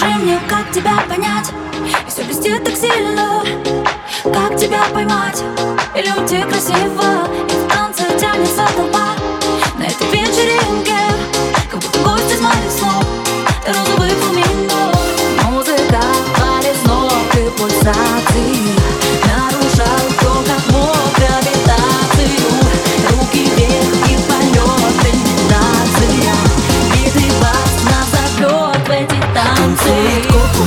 Скажи мне, как тебя понять? И все блестит так сильно. Как тебя поймать? Или уйти красиво? И в танце тянется толпа на этой вечеринке, как будто гость из моих снов. Ты розовый фламинго. Музыка валит с ног и пульсации нарушал то, как мог гравитацию. Руки вверх и полет, медитация. Битый бас нас зовет в эти танцы.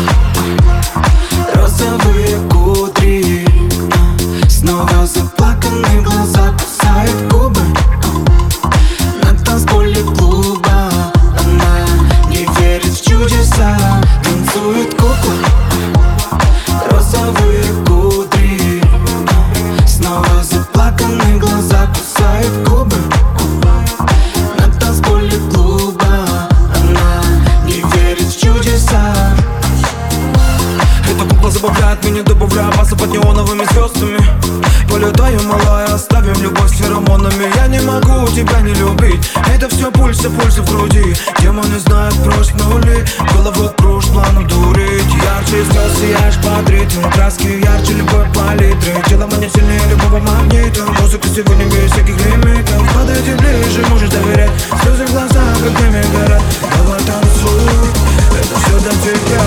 Розовые кудри, снова заплаканные глаза, кусает губы. На танцполе клуба она не верит в чудеса. Танцует кукла. Розовые кудри, снова заплаканные глаза, кусает губы. На танцполе клуба она не верит в чудеса. Эта кукла забавляет меня, добавляя баса под неоновыми звездами. Полетаю, малая, оставим любовь с феромонами. Я не могу тебя не любить. Это все пульсы в груди. Демоны знают нули. Головой кружь, планом дурить. Ярче звезд сияешь под ритм. Краски ярче любой палитры. Тело манит сильнее любого магнита. Музыка сегодня без всяких лимитов. Подойди ближе, можешь доверять. Слезы в глазах, как дыми горят. Давай танцуй, это все для тебя.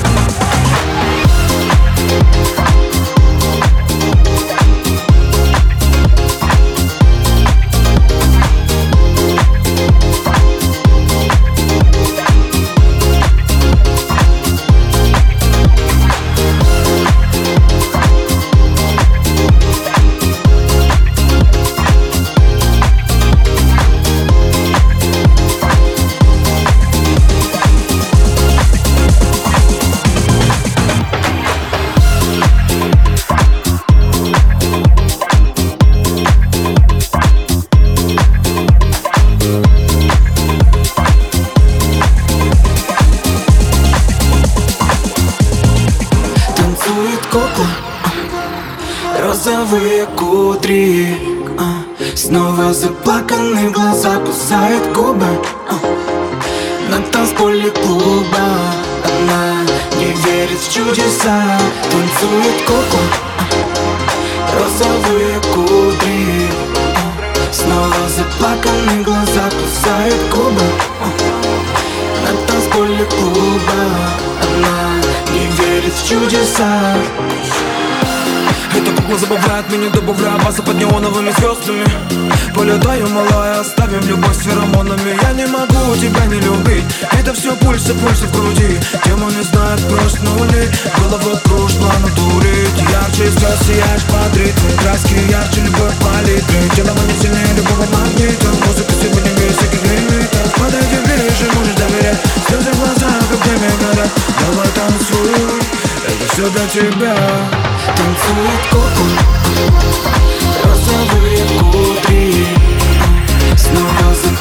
Кукла, розовые кудри, снова заплаканные глаза, кусает губы. На танцполе клуба она не верит в чудеса. Танцует кукла. Розовые кудри, снова заплаканные глаза, кусает губы. На танцполе клуба она не верит в чудеса. Эта кукла забавляет меня, добавляя баса под неоновыми звездами. Полетаю, малая, оставим любовь с феромонами. Я не могу тебя не любить. Это все пульсы в груди. Демоны знают нули. Головой кружь, планом дурить. Ярче звезд сияешь под ритм. Краски ярче любой палитры. Тело манит сильнее любого магнита. Музыка сегодня без всяких лимитов. Подойди ближе, можешь доверять. Слезы в глазах, как дыми горят. Давай танцуй, это все для тебя. Танцует кукла. Розовые кудри, снова